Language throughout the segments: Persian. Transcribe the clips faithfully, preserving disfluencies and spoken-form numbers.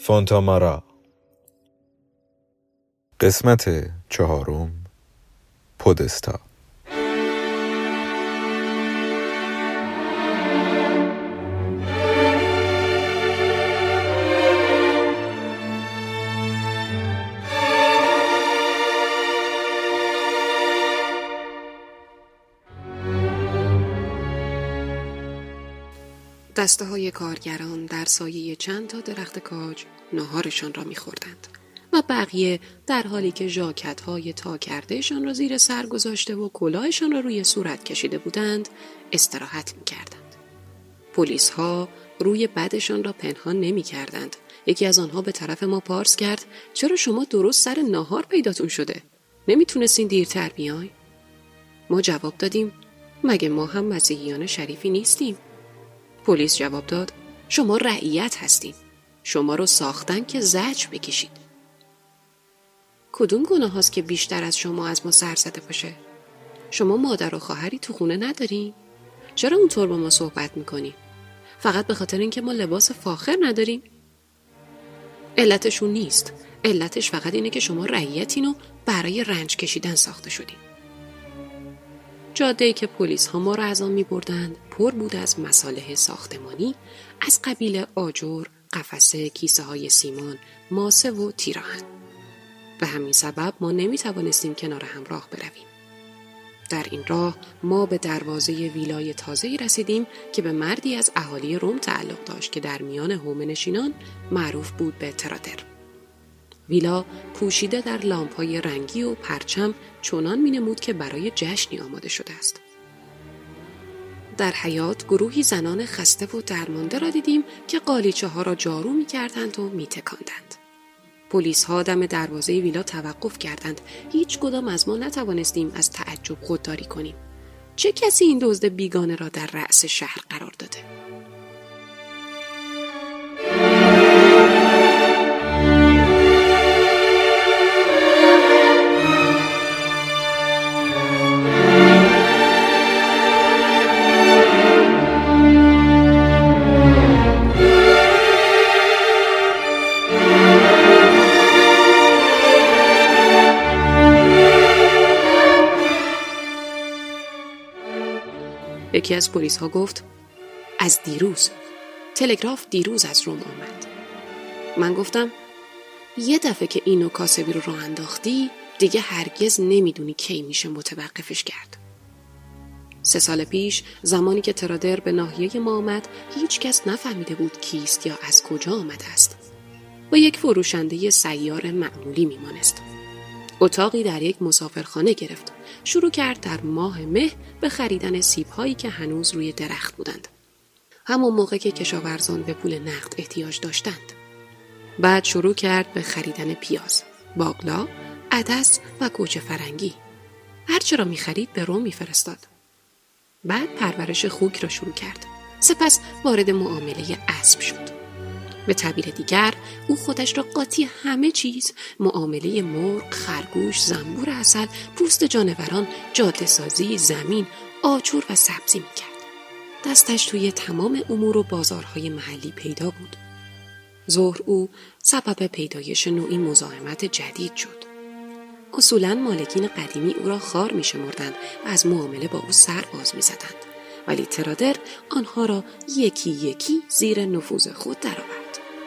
فونتامارا. قسمت چهارم. پودستا. دسته های کارگران در سایه چند تا درخت کاج ناهارشان را می‌خوردند و بقیه در حالی که ژاکت های تا کردهشان را زیر سر گذاشته و کلاهشان را روی صورت کشیده بودند استراحت می‌کردند. پلیس ها روی بدشان را پنهان نمی‌کردند. یکی از آنها به طرف ما پارس کرد: چرا شما درست سر ناهار پیداتون شده؟ نمیتونستین دیرتر بیاین؟ ما جواب دادیم: مگه ما هم مسیحیان شریفی نیستیم؟ پلیس جواب داد: شما رعیت هستین. شما رو ساختن که زجر بکشید. کدوم گناه هاست که بیشتر از شما از ما سر زده باشه؟ شما مادر و خواهری تو خونه ندارین؟ چرا اونطور با ما صحبت میکنین؟ فقط به خاطر اینکه ما لباس فاخر نداریم؟ علتشون نیست. علتش فقط اینه که شما رعیتین و برای رنج کشیدن ساخته شدین. جاده‌ای که پلیس ها ما را از آن می بردند پر بود از مصالح ساختمانی از قبیل آجر، قفسه، کیسه های سیمان، ماسه و تیراهن. به همین سبب ما نمی توانستیم کنار هم راه برویم. در این راه ما به دروازه ویلای تازه‌ای رسیدیم که به مردی از اهالی روم تعلق داشت که در میان حومه‌نشینان معروف بود به ترادر. ویلا پوشیده در لامپ‌های رنگی و پرچم چنان می‌نمود که برای جشنی آماده شده است. در حیاط گروهی زنان خسته و درمانده را دیدیم که قالیچه‌ها را جارو می‌کردند و می‌تکاندند. پلیس‌ها دم دروازه ویلا توقف کردند. هیچ کدام از ما نتوانستیم از تعجب خودداری کنیم. چه کسی این دزد بیگانه را در رأس شهر قرار داده؟ یکی از پلیس ها گفت: از دیروز. تلگراف دیروز از روم آمد. من گفتم: یه دفعه که اینو کاسبی رو راه انداختی دیگه هرگز نمیدونی کی میشه متوقفش کرد. سه سال پیش زمانی که ترادر به ناحیه ما آمد هیچ کس نفهمیده بود کیست یا از کجا آمده است. با یک فروشنده سیار معمولی میمانست. اتاقی در یک مسافرخانه گرفت. شروع کرد در ماه مه به خریدن سیب‌هایی که هنوز روی درخت بودند. همون موقع که کشاورزان به پول نقد احتیاج داشتند. بعد شروع کرد به خریدن پیاز، باقلا، عدس و گوجه فرنگی. هر چه را می‌خرید به روم می‌فرستاد. بعد پرورش خوک را شروع کرد. سپس وارد معامله اسب شد. به تعبیر دیگر او خودش را قاطی همه چیز، معامله مرغ، خرگوش، زنبور عسل، پوست جانوران، جاده سازی، زمین، آجر و سبزی میکرد. دستش توی تمام امور و بازارهای محلی پیدا بود. ظهر او سبب پیدایش نوعی مزاحمت جدید شد. اصولاً مالکین قدیمی او را خار میشمردند و از معامله با او سر باز میزدند. ولی ترادر آنها را یکی یکی زیر نفوذ خود درآورد.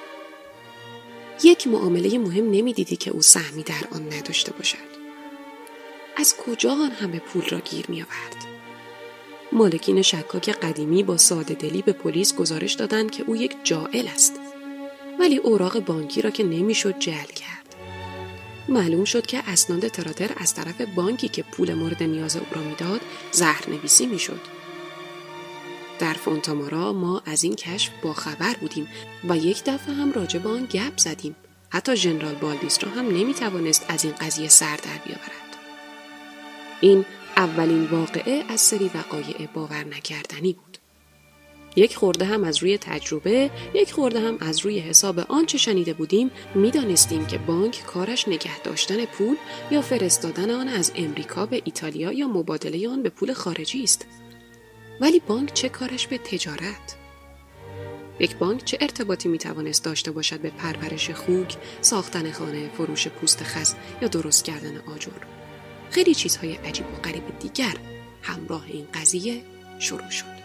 یک معامله مهم نمیدیدی که او سهمی در آن نداشته باشد. از کجا آن همه پول را گیر می آورد؟ مالکین شکاک قدیمی با ساده دلی به پلیس گزارش دادند که او یک جاعل است. ولی اوراق بانکی را که نمیشد جعل کرد. معلوم شد که اسناد ترادر از طرف بانکی که پول مورد نیاز او را میداد زهرنویسی میشد. در فونتامارا ما از این کشف باخبر بودیم و یک دفعه هم راجع به آن گپ زدیم. حتی ژنرال بالبیس را هم نمیتوانست از این قضیه سر در بیاورد. این اولین واقعه از سری وقایع باور نکردنی بود. یک خورده هم از روی تجربه، یک خورده هم از روی حساب آنچه شنیده بودیم میدانستیم که بانک کارش نگه داشتن پول یا فرستادن آن از امریکا به ایتالیا یا مبادله آن به پول خارجی است. ولی بانک چه کارش به تجارت؟ یک بانک چه ارتباطی میتوانست داشته باشد به پرورش خوک، ساختن خانه، فروش پوست خس یا درست کردن آجر؟ خیلی چیزهای عجیب و غریب دیگر همراه این قضیه شروع شد.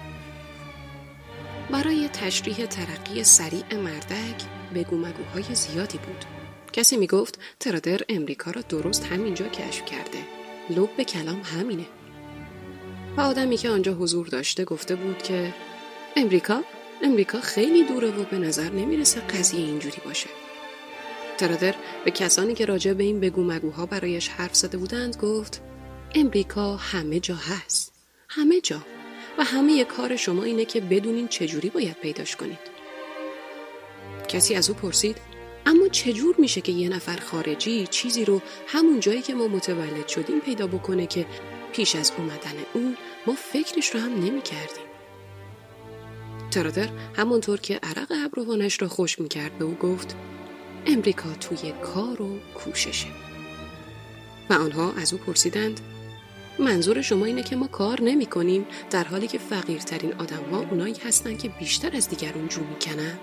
برای تشریح ترقی سریع مردک بگو مگوهای زیادی بود. کسی میگفت ترادر امریکا را درست همینجا کشف کرده. لب به کلام همینه. و آدمی که آنجا حضور داشته گفته بود که امریکا امریکا خیلی دوره و به نظر نمیرسه قضیه اینجوری باشه. ترادر به کسانی که راجع به این بگو مگوها برایش حرف زده بودند گفت امریکا همه جا هست. همه جا. و همه کار شما اینه که بدونین چجوری باید پیداش کنید. کسی از او پرسید اما چجور میشه که یه نفر خارجی چیزی رو همون جایی که ما متولد شدیم پیدا بکنه که پیش از اومدن اون ما فکرش رو هم نمی کردیم. ترادر همونطور که عرق ابروانش را خشک میکرد به او گفت امریکا توی کار و کوششه. و آنها از او پرسیدند منظور شما اینه که ما کار نمی کنیم در حالی که فقیرترین آدم ها اونایی هستن که بیشتر از دیگرون جو میکنن؟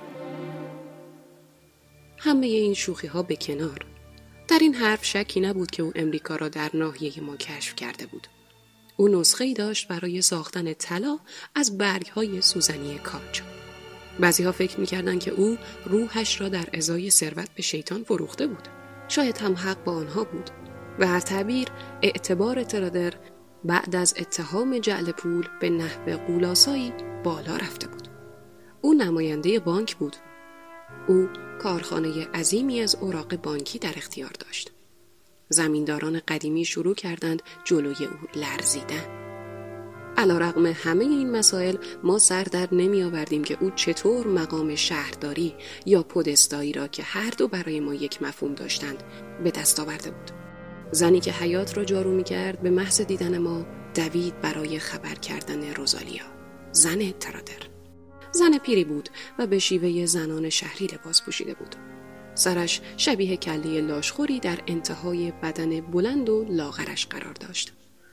همه این شوخی ها به کنار. در این حرف شکی نبود که او امریکا را در ناحیه ما کشف کرده بود. او نسخه‌ای داشت برای ساختن طلا از برگ‌های سوزنی کاج. بعضی‌ها فکر می‌کردند که او روحش را در ازای ثروت به شیطان فروخته بود. شاید هم حق با آنها بود. و هر تعبیر اعتبار ترادر بعد از اتهام جعل پول به نحو غولاسایی بالا رفته بود. او نماینده بانک بود. او کارخانه عظیمی از اوراق بانکی در اختیار داشت. زمینداران قدیمی شروع کردند جلوی او لرزیدن. علیرغم همه این مسائل ما سر در نمی آوردیم که او چطور مقام شهرداری یا پودستایی را که هر دو برای ما یک مفهوم داشتند به دست آورده بود. زنی که حیات را جارو می کرد به محض دیدن ما دوید برای خبر کردن روزالیا، زن ترادر. زن پیری بود و به شیوه زنان شهری لباس پوشیده بود. سرش شبیه کله لاشخوری در انتهای بدن بلند و لاغرش قرار داشت.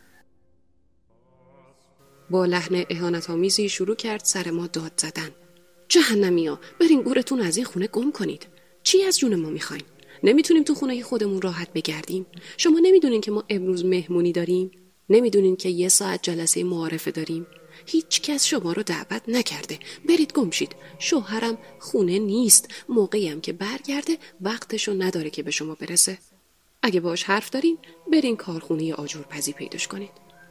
با لحن اهانت‌آمیزی شروع کرد سر ما داد زدن. جهنمیا، برین گورتون از این خونه گم کنید. چی از جون ما میخواین؟ نمیتونیم تو خونه خودمون راحت بگردیم؟ شما نمیدونین که ما امروز مهمونی داریم؟ نمیدونین که یه ساعت جلسه معارفه داریم؟ هیچ کس شما رو دعوت نکرده. برید گم شید. شوهرم خونه نیست. موقعیم که برگرده وقتشو نداره که به شما برسه. اگه باش حرف دارین برین کارخونه آجرپزی پیداش کنید.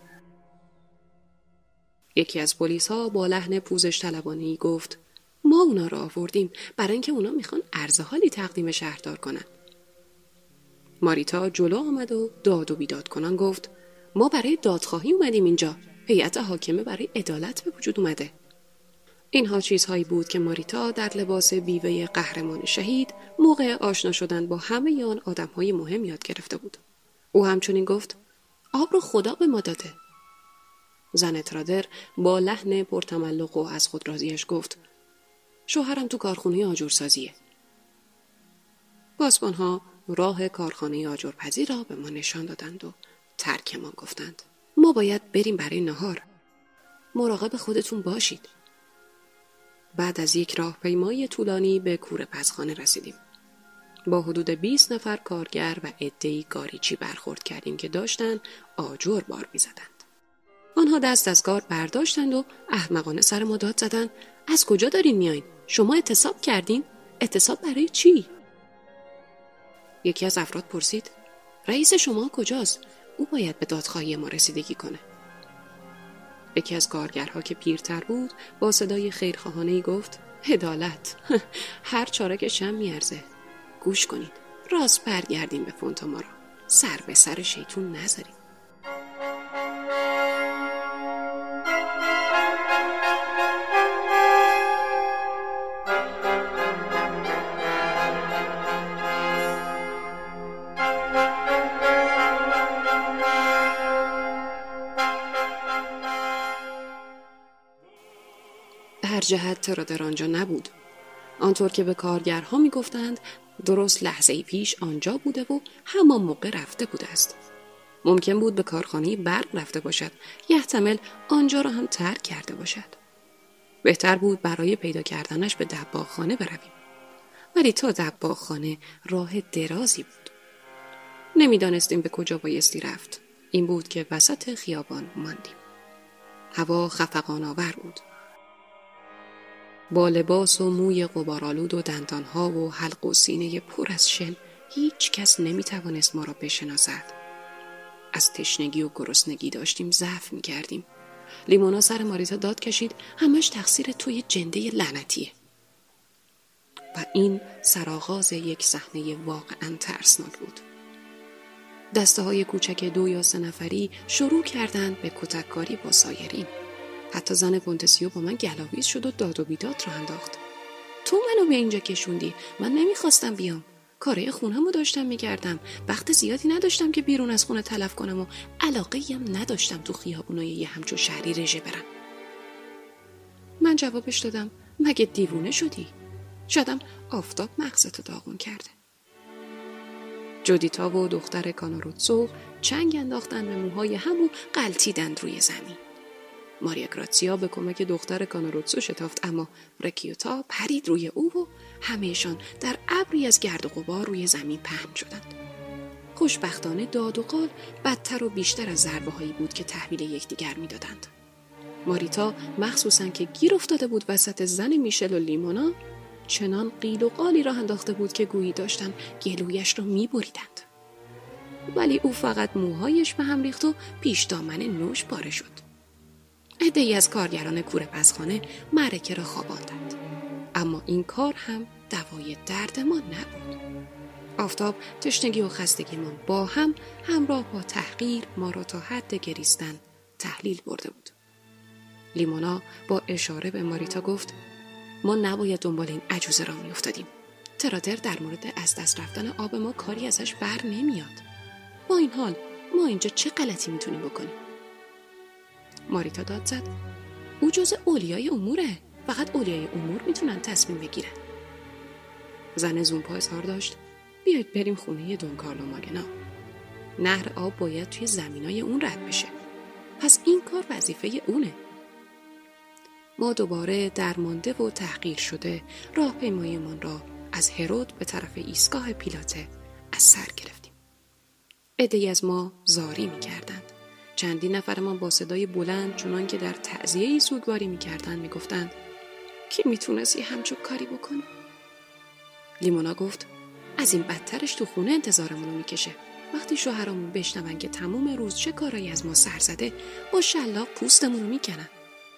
یکی از پلیس ها با لحن پوزش طلبانه‌ای گفت ما اونا رو آوردیم برای اینکه اونا میخوان عرض حالی تقدیم شهردار کنن. ماریتا جلو آمد و داد و بیداد کنان گفت ما برای دادخواهی اومدیم اینجا. هیئت حاکمه برای عدالت به وجود اومده. اینها چیزهایی بود که ماریتا در لباس بیوه قهرمان شهید موقع آشنا شدن با همه آن آدم‌های مهم یاد گرفته بود. او همچنین گفت آب رو خدا به ما داده. زن ترادر با لحن پرتملق و از خود راضیش گفت شوهرم تو کارخونه آجرسازیه. پاسبان‌ها راه کارخانه آجرپزی را به ما نشان دادند و ترک ما گفتند ما باید بریم برای نهار. مراقب خودتون باشید. بعد از یک راهپیمایی طولانی به کوره پزخانه رسیدیم. با حدود بیست نفر کارگر و عده‌ای گاریچی برخورد کردیم که داشتن آجر بار می‌زدند. آنها دست از کار برداشتند و احمقانه سر ما داد زدند از کجا دارین میایین؟ شما اعتصاب کردین؟ اعتصاب برای چی؟ یکی از افراد پرسید رئیس شما کجاست؟ او باید به دادخواهی ما رسیدگی کنه. یکی از کارگرها که پیرتر بود با صدای خیرخواهانه‌ای گفت عدالت هر چارک شم میارزه. گوش کنید. راست برگردیم به فونتامارا. سر به سر شیطون نذاریم. هر جهت ترادر آنجا نبود. آنطور که به کارگرها می گفتند درست لحظه‌ای پیش آنجا بوده و همان موقع رفته بوده است. ممکن بود به کارخانه برق رفته باشد. یحتمل آنجا را هم ترک کرده باشد. بهتر بود برای پیدا کردنش به دباغخانه برویم. ولی تا دباغخانه راه درازی بود. نمیدانستیم به کجا بایستی رفت. این بود که وسط خیابان ماندیم. هوا خفقان آور بود. با لباس و موی غبارآلود و دندانها و حلق و سینه پر از شل هیچ کس نمیتوانست ما را بشناسد. از تشنگی و گرسنگی داشتیم ضعف میکردیم. لیمونا سر ماریتا داد کشید همش تقصیر توی جنده لعنتیه. و این سرآغاز یک صحنه واقعا ترسناک بود. دسته های کوچک دو یا سه نفری شروع کردند به کتککاری با سایرین. حتی زن پونتسیو با من گلاویز شد و داد و بیداد را انداخت. تو منو به اینجا کشوندی. من نمیخواستم بیام. کارهای خونه‌مو داشتم میکردم. وقت زیادی نداشتم که بیرون از خونه تلف کنم و علاقه‌ای هم نداشتم تو خیابونای یه همچو شهری رژه برم. من جوابش دادم مگه دیوونه شدی؟ شدم آفتاب مغزتو داغون کرده. جودیتا و دختر کاناروتسو چنگ انداختن به موهای هم و غلتیدند روی زمین. ماریا گراتسیا به کمک دختر کاناروتسو شتافت، اما رکیوتا پرید روی او و همهشان در ابری از گرد و غبار روی زمین پهن شدند. خوشبختانه داد و قال بدتر و بیشتر از ضربه هایی بود که تحویل یکدیگر میدادند. ماریتا مخصوصاً که گیر افتاده بود وسط زن میشل و لیمونا، چنان قیل و قالی را انداخته بود که گویی داشتن گلویش را میبریدند. ولی او فقط موهایش به هم ریخت و پیش دامن نوش پاره شد. عده‌ای از کارگران کوره پزخانه معرکه را خواباندند. اما این کار هم دوای درد ما نبود. آفتاب، تشنگی و خستگیمان با هم همراه با تحقیر ما را تا حد گریستن تحلیل برده بود. لیمونا با اشاره به ماریتا گفت ما نباید دنبال این عجوزه را می افتادیم. تراتر در مورد از دست رفتن آب ما کاری ازش بر نمیاد. با این حال ما اینجا چه غلطی میتونیم بکنیم؟ ماریتا داد زد او جز اولیای اموره. فقط اولیای امور میتونن تصمیم بگیرن. زن زومپا اظهار داشت بیایید بریم خونه دون کارلو ماگنا. نهر آب باید توی زمینای اون رد بشه. پس این کار وظیفه اونه. ما دوباره درمانده و تحقیر شده راهپیماییمان را از هرود به طرف ایستگاه پیلاته از سر گرفتیم. عده‌ای از ما زاری می‌کردند. چندین نفرمان با صدای بلند چنان که در تعزیه‌ای سوگواری می‌کردند می‌گفتند کی میتونست یه همچون کاری بکنه؟ لیمونا گفت از این بدترش تو خونه انتظارمون رو میکشه. وقتی شوهرامون بشنون که تمام روز چه کارایی از ما سر زده با شلاق پوستمون رو میکنن.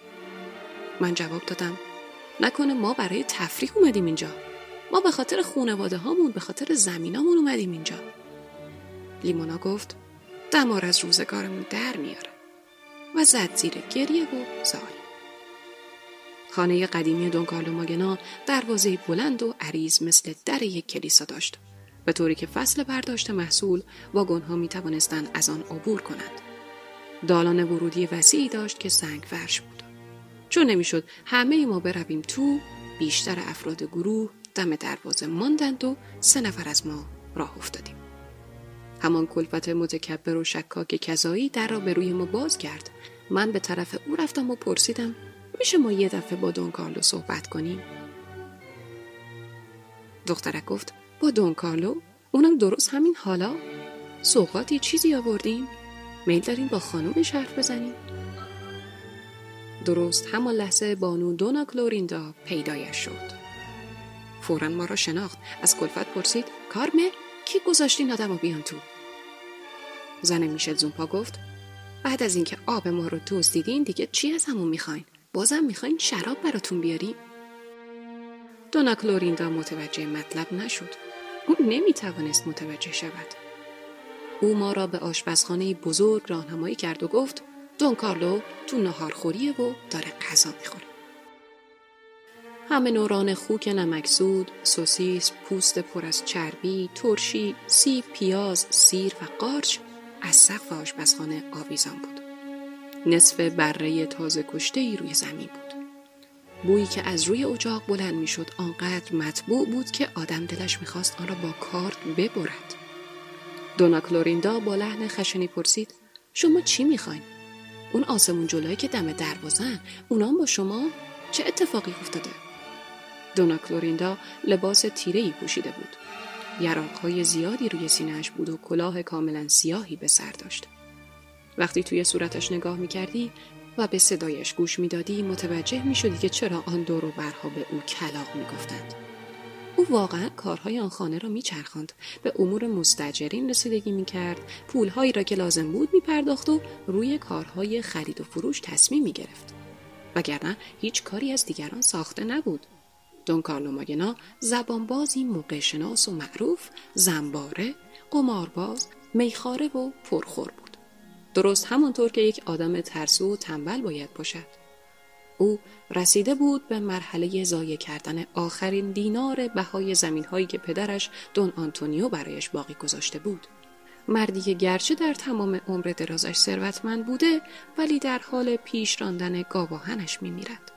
من جواب دادم نکنه ما برای تفریح اومدیم اینجا. ما به خاطر خانواده هامون، به خاطر زمینامون اومدیم اینجا. لیمونا گفت دمار از روزگارمون در میاره و زد زیر گریه و زاری. خانه قدیمی دون کارلو ماگنا دروازه بلند و عریض مثل در یک کلیسا داشت، به طوری که فصل برداشت محصول واگن‌ها می توانستند از آن عبور کنند. دالان ورودی وسیعی داشت که سنگ فرش بود. چون نمیشد همه ما برویم تو، بیشتر افراد گروه دم دروازه ماندند و سه نفر از ما راه افتادیم. همان کلفت متکبر و شکاک کذایی در را به روی ما باز کرد. من به طرف او رفتم و پرسیدم میشه ما یه دفعه با دون کارلو صحبت کنیم؟ دخترک گفت با دون کارلو؟ اونم درست همین حالا؟ سوغاتی چیزی آوردیم؟ میل داریم با خانومش حرف بزنیم؟ درست همان لحظه بانو دونا کلوریندا پیدایش شد. فوراً ما را شناخت. از کلفت پرسید کارمه؟ کی گذاشتین آدم رو بیان تو؟ زن میشل زومپا گفت بعد از اینکه آب ما رو دزدیدین دیگه چی از همون میخواین؟ بازم میخواین شراب براتون بیاریم؟ دونا کلوریندا متوجه مطلب نشد. اون نمیتوانست متوجه شود. او ما را به آشپزخانه بزرگ راهنمایی کرد و گفت دون کارلو تو ناهارخوریه و داره غذا میخوره. همه نوران خوک نمکزود، سوسیس، پوست پر از چربی، ترشی، سیب، پیاز، سیر و قارچ از سقف آشپزخانه آویزان بود. نصف بره تازه کشته‌ای روی زمین بود. بویی که از روی اجاق بلند میشد آنقدر مطبوع بود که آدم دلش میخواست آن را با کارد ببرد. دونا کلوریندا با لحن خشنی پرسید شما چی میخواین؟ اون آسمون جلویی که دم دروازه‌ن، اونام با شما؟ چه اتفاقی افتاده؟ دونا کلوریندا لباس تیره‌ای پوشیده بود. یراق‌های زیادی روی سینه‌اش بود و کلاه کاملا سیاهی به سر داشت. وقتی توی صورتش نگاه می‌کردی و به صدایش گوش می‌دادی متوجه می‌شدی که چرا آن دور و برها به او کلاغ می‌گفتند. او واقعا کارهای آن خانه را می‌چرخاند، به امور مستاجرین رسیدگی می‌کرد، پول‌هایی را که لازم بود می‌پرداخت و روی کارهای خرید و فروش تصمیم می‌گرفت. وگرنه هیچ کاری از دیگران ساخته نبود. دون کارلو ماگنا زبانبازی موقع‌شناس و معروف، زنباره، قمارباز، میخواره و پرخور بود. درست همانطور که یک آدم ترسو و تنبل باید باشد. او رسیده بود به مرحله ضایع کردن آخرین دینار بهای زمین‌هایی که پدرش دون آنتونیو برایش باقی گذاشته بود. مردی که گرچه در تمام عمر درازش ثروتمند بوده ولی در حال پیش راندن گاواهنش می‌میرد.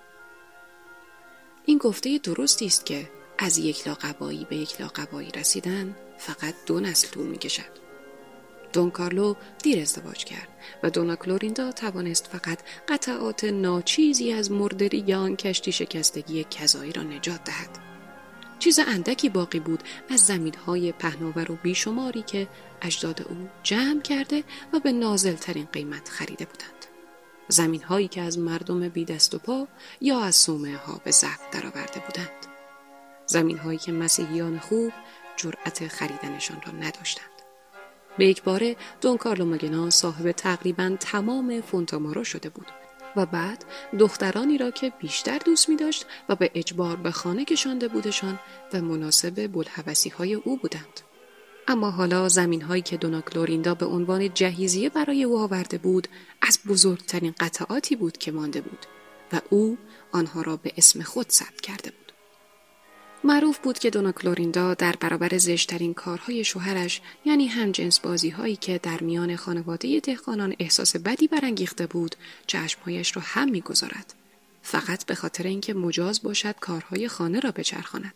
این گفته درستی است که از یک لاقبایی به یک لاقبایی رسیدن فقط دو نسل طول می‌کشد. دون کارلو دیر ازدواج کرد و دونا کلوریندا توانست فقط قطعات ناچیزی از مردری آن کشتی شکستگی کذایی را نجات دهد. چیز اندکی باقی بود از زمین‌های پهناور و بیشماری که اجداد او جمع کرده و به نازل‌ترین قیمت خریده بودند. زمین‌هایی که از مردم بی دست و پا یا از صومعه‌ها به ضبط درآورده بودند. زمین‌هایی که مسیحیان خوب جرأت خریدنشان را نداشتند. به یک باره دون کارلو ماگنا صاحب تقریباً تمام فونتامارو شده بود و بعد دخترانی را که بیشتر دوست می داشت و به اجبار به خانه کشانده بودشان و مناسب بوالهوسی‌های او بودند. اما حالا زمین‌هایی که دونا کلوریندا به عنوان جهیزیه برای او آورده بود از بزرگترین قطعاتی بود که مانده بود و او آنها را به اسم خود ثبت کرده بود. معروف بود که دونا کلوریندا در برابر زشترین کارهای شوهرش، یعنی همجنس بازی هایی که در میان خانواده دهقانان احساس بدی برانگیخته بود، چشمهایش را هم می‌گذارد، فقط به خاطر اینکه مجاز باشد کارهای خانه را بچرخاند.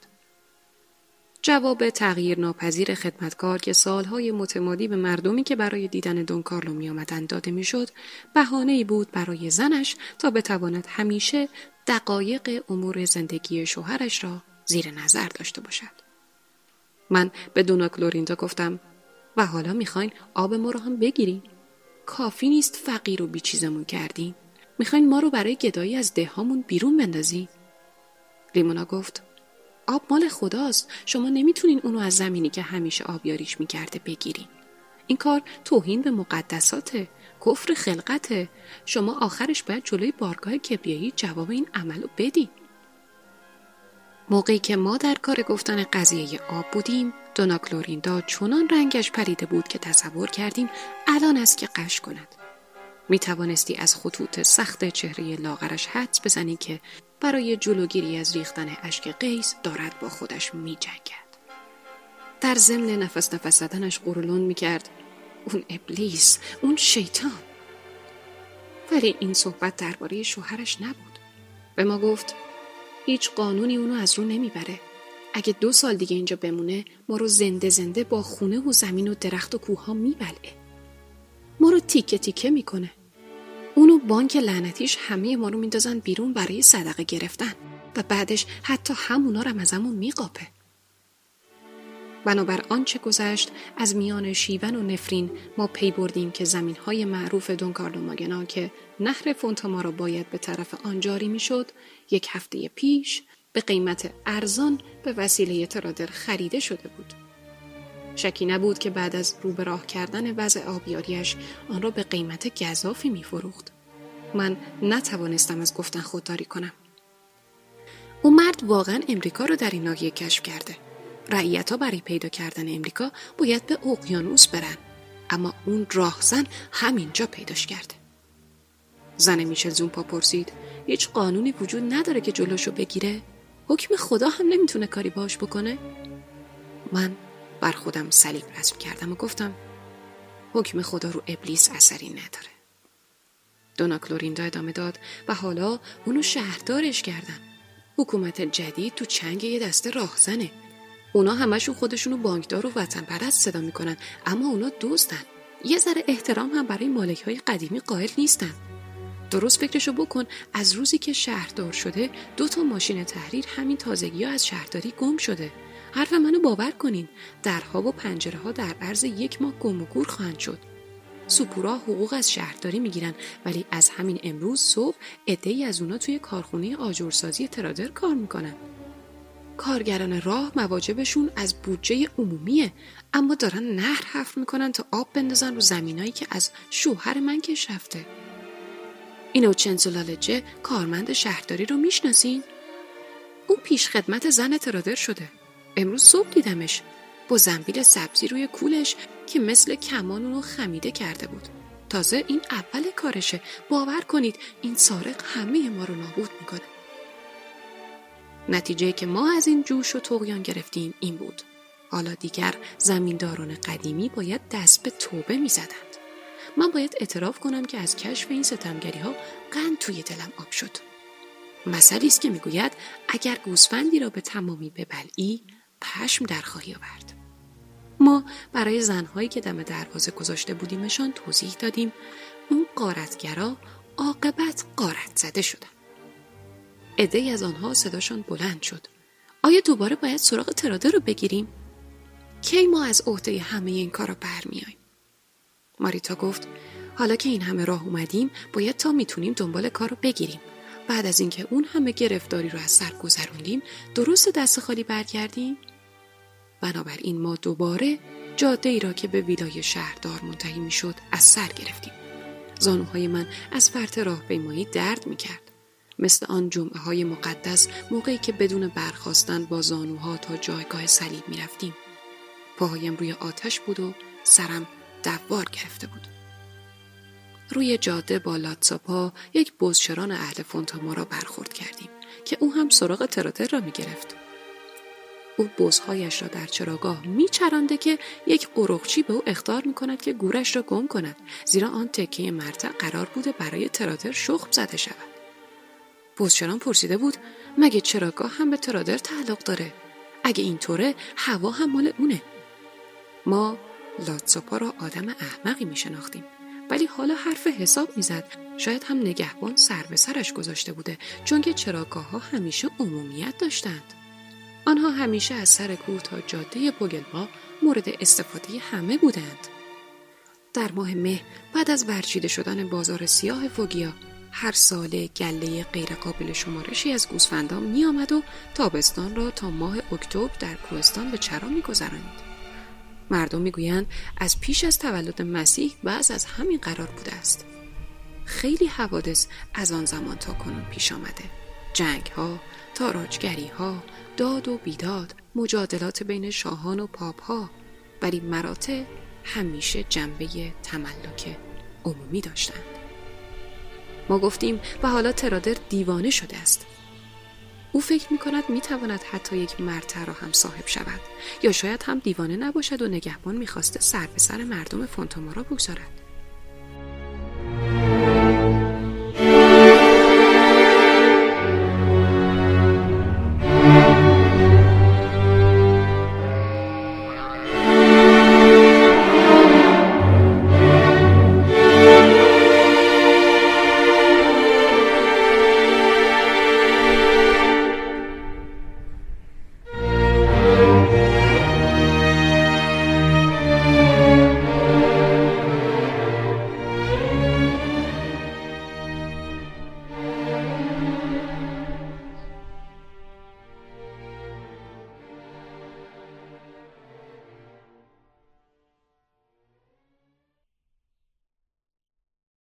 جواب تغییر ناپذیر خدمتکار که سالهای متمادی به مردمی که برای دیدن دون کارلو می آمدند داده می شد، بهانه‌ای بود برای زنش تا بتواند همیشه دقایق امور زندگی شوهرش را زیر نظر داشته باشد. من به دونا کلوریندا گفتم و حالا میخواین آب ما رو هم بگیرین؟ کافی نیست فقیر و بیچیزمون کردین؟ میخواین ما رو برای گدایی از دههامون بیرون بندازین؟ لیمونا گفت آب مال خداست، شما نمیتونین اونو از زمینی که همیشه آبیاریش میکرده بگیرین. این کار توهین به مقدساته، کفر خلقته. شما آخرش باید جلوی بارگاه کبریایی جواب این عملو بدین. موقعی که ما در کار گفتن قضیه آب بودیم، دونا کلوریندا چنان رنگش پریده بود که تصور کردیم الان است که غش کند. می توانستی از خطوط سخت چهره لاغرش حدس بزنی که برای جلوگیری از ریختن اشک قیس دارد با خودش می جنگد. در ضمن نفس نفس زدنش قرولون می کرد اون ابلیس، اون شیطان. ولی این صحبت درباره شوهرش نبود. به ما گفت هیچ قانونی اونو از رو نمیبره. اگه دو سال دیگه اینجا بمونه ما رو زنده زنده با خونه و زمین و درخت و کوه ها میبلعه. ما رو تیکه تیکه میکنه. اونو بانک لعنتیش همه ما رو میندازن بیرون برای صدقه گرفتن و بعدش حتی همونا رو ازمون میقاپه. بنابر آنچه گذشت از میان شیون و نفرین ما پی بردیم که زمین‌های معروف دون کارلو ماگنا که نهر فونتامارو باید به طرف آن جاری میشد، یک هفته پیش به قیمت ارزان به وسیله ترادر خریده شده بود. شکی نبود که بعد از رو به راه کردن وضع آبیاریش آن را به قیمت گزافی می‌فروخت. من نتوانستم از گفتن خودداری کنم. اون مرد واقعا امریکا رو در این ناحیه کشف کرده. رعیت‌ها برای پیدا کردن امریکا باید به اقیانوس برن، اما اون راهزن همینجا پیداش کرده. زن میشل زومپا پرسید هیچ قانونی وجود نداره که جلوشو بگیره؟ حکم خدا هم نمیتونه کاری باش بکنه؟ من بر خودم صلیب رسم کردم و گفتم حکم خدا رو ابلیس اثری نداره. دونا کلوریندا ادامه داد و حالا اونو شهردارش کردن. حکومت جدید تو چنگ یه دسته راهزنه. اونا همشون خودشونو بانکدار و وطن پرست صدا میکنن، اما اونا دوستن. یه ذره احترام هم برای مالک‌های قدیمی قائل نیستن. درست فکرشو بکن، از روزی که شهردار شده دو تا ماشین تحریر همین تازگی ها از شهرداری گم شده. حرف منو باور کنین، درها و پنجره ها در عرض یک ماه گم و گور خواهند شد. سوپورا حقوق از شهرداری میگیرن، ولی از همین امروز صبح عده‌ای از اونا توی کارخونه آجرسازی ترادر کار میکنن. کارگران راه مواجبشون از بودجه عمومیه، اما دارن نهر حفر میکنن تا آب بندازن رو زمینایی که از شوهر من کش رفته. اینوچنزو لالجه کارمند شهرداری رو میشناسین؟ اون پیش خدمت زن ترادر شده. امروز صبح دیدمش با زنبیل سبزی روی کولش که مثل کمان اونو خمیده کرده بود. تازه این اول کارشه. باور کنید این سارق همه ما رو نابود میکنه. نتیجه که ما از این جوش و طغیان گرفتیم این بود: حالا دیگر زمینداران قدیمی باید دست به توبه میزدند. من باید اعتراف کنم که از کشف این ستمگری ها قند توی دلم آب شد. مثلی است که میگوید اگر گوسفندی را به تمامی ببلعی پشم در خواهی آورد. ما برای زنهایی که دم دروازه گذاشته بودیمشان توضیح دادیم اون غارتگرا عاقبت غارت زده شدن. عده‌ای از آنها صداشان بلند شد: آیا دوباره باید سراغ ترادر رو بگیریم؟ کی ما از عهده همه این کارا برمیاییم؟ ماریتا گفت: حالا که این همه راه اومدیم باید تا میتونیم دنبال کار رو بگیریم. بعد از اینکه اون همه گرفتاری رو از سر گذروندیم درست دست خالی برگردیم؟ بنابراین ما دوباره جاده ای را که به ویلای شهردار منتهی می شد از سر گرفتیم. زانوهای من از فرط راهپیمایی درد می کرد. مثل آن جمعه های مقدس موقعی که بدون برخاستن با زانوها تا جایگاه صلیب می رفتیم. پاهایم روی آتش بود و سرم دوار گرفته بود. روی جاده با لاتساپا یک بزشران اهل فونتاما را برخورد کردیم که او هم سراغ ترادر را می گرفت. او بزهایش را در چراگاه می چرانده که یک قرقچی به او اخطار می کند که گورش را گم کند، زیرا آن تکه مرتع قرار بوده برای ترادر شخم زده شود. بزشران پرسیده بود مگه چراگاه هم به ترادر تعلق داره؟ اگه اینطوره هوا هم مال اونه. ما لاتساپا را آدم احمقی می شناختیم، ولی حالا حرف حساب می زد. شاید هم نگهبان سر به سرش گذاشته بوده، چون که چراگاه ها همیشه عمومیت داشتند. آنها همیشه از سر کوه تا جاده پوگلبا مورد استفاده همه بودند. در ماه مه بعد از ورچیده شدن بازار سیاه فوگیا هر ساله گله غیرقابل شمارشی از گوسفندان می آمد و تابستان را تا ماه اکتبر در کوهستان به چرا می گذرانید. مردم می گویند از پیش از تولد مسیح بعض از همین قرار بوده است. خیلی حوادث از آن زمان تا کنون پیش آمده. جنگ ها، تاراجگری ها، داد و بیداد، مجادلات بین شاهان و پاپ ها، ولی مراتع همیشه جنبه تملک عمومی داشتند. ما گفتیم و حالا ترادر دیوانه شده است. او فکر می کند می تواند حتی یک مرتع را هم صاحب شود، یا شاید هم دیوانه نباشد و نگهبان می خواسته سر به سر مردم فونتاما را بگذارد.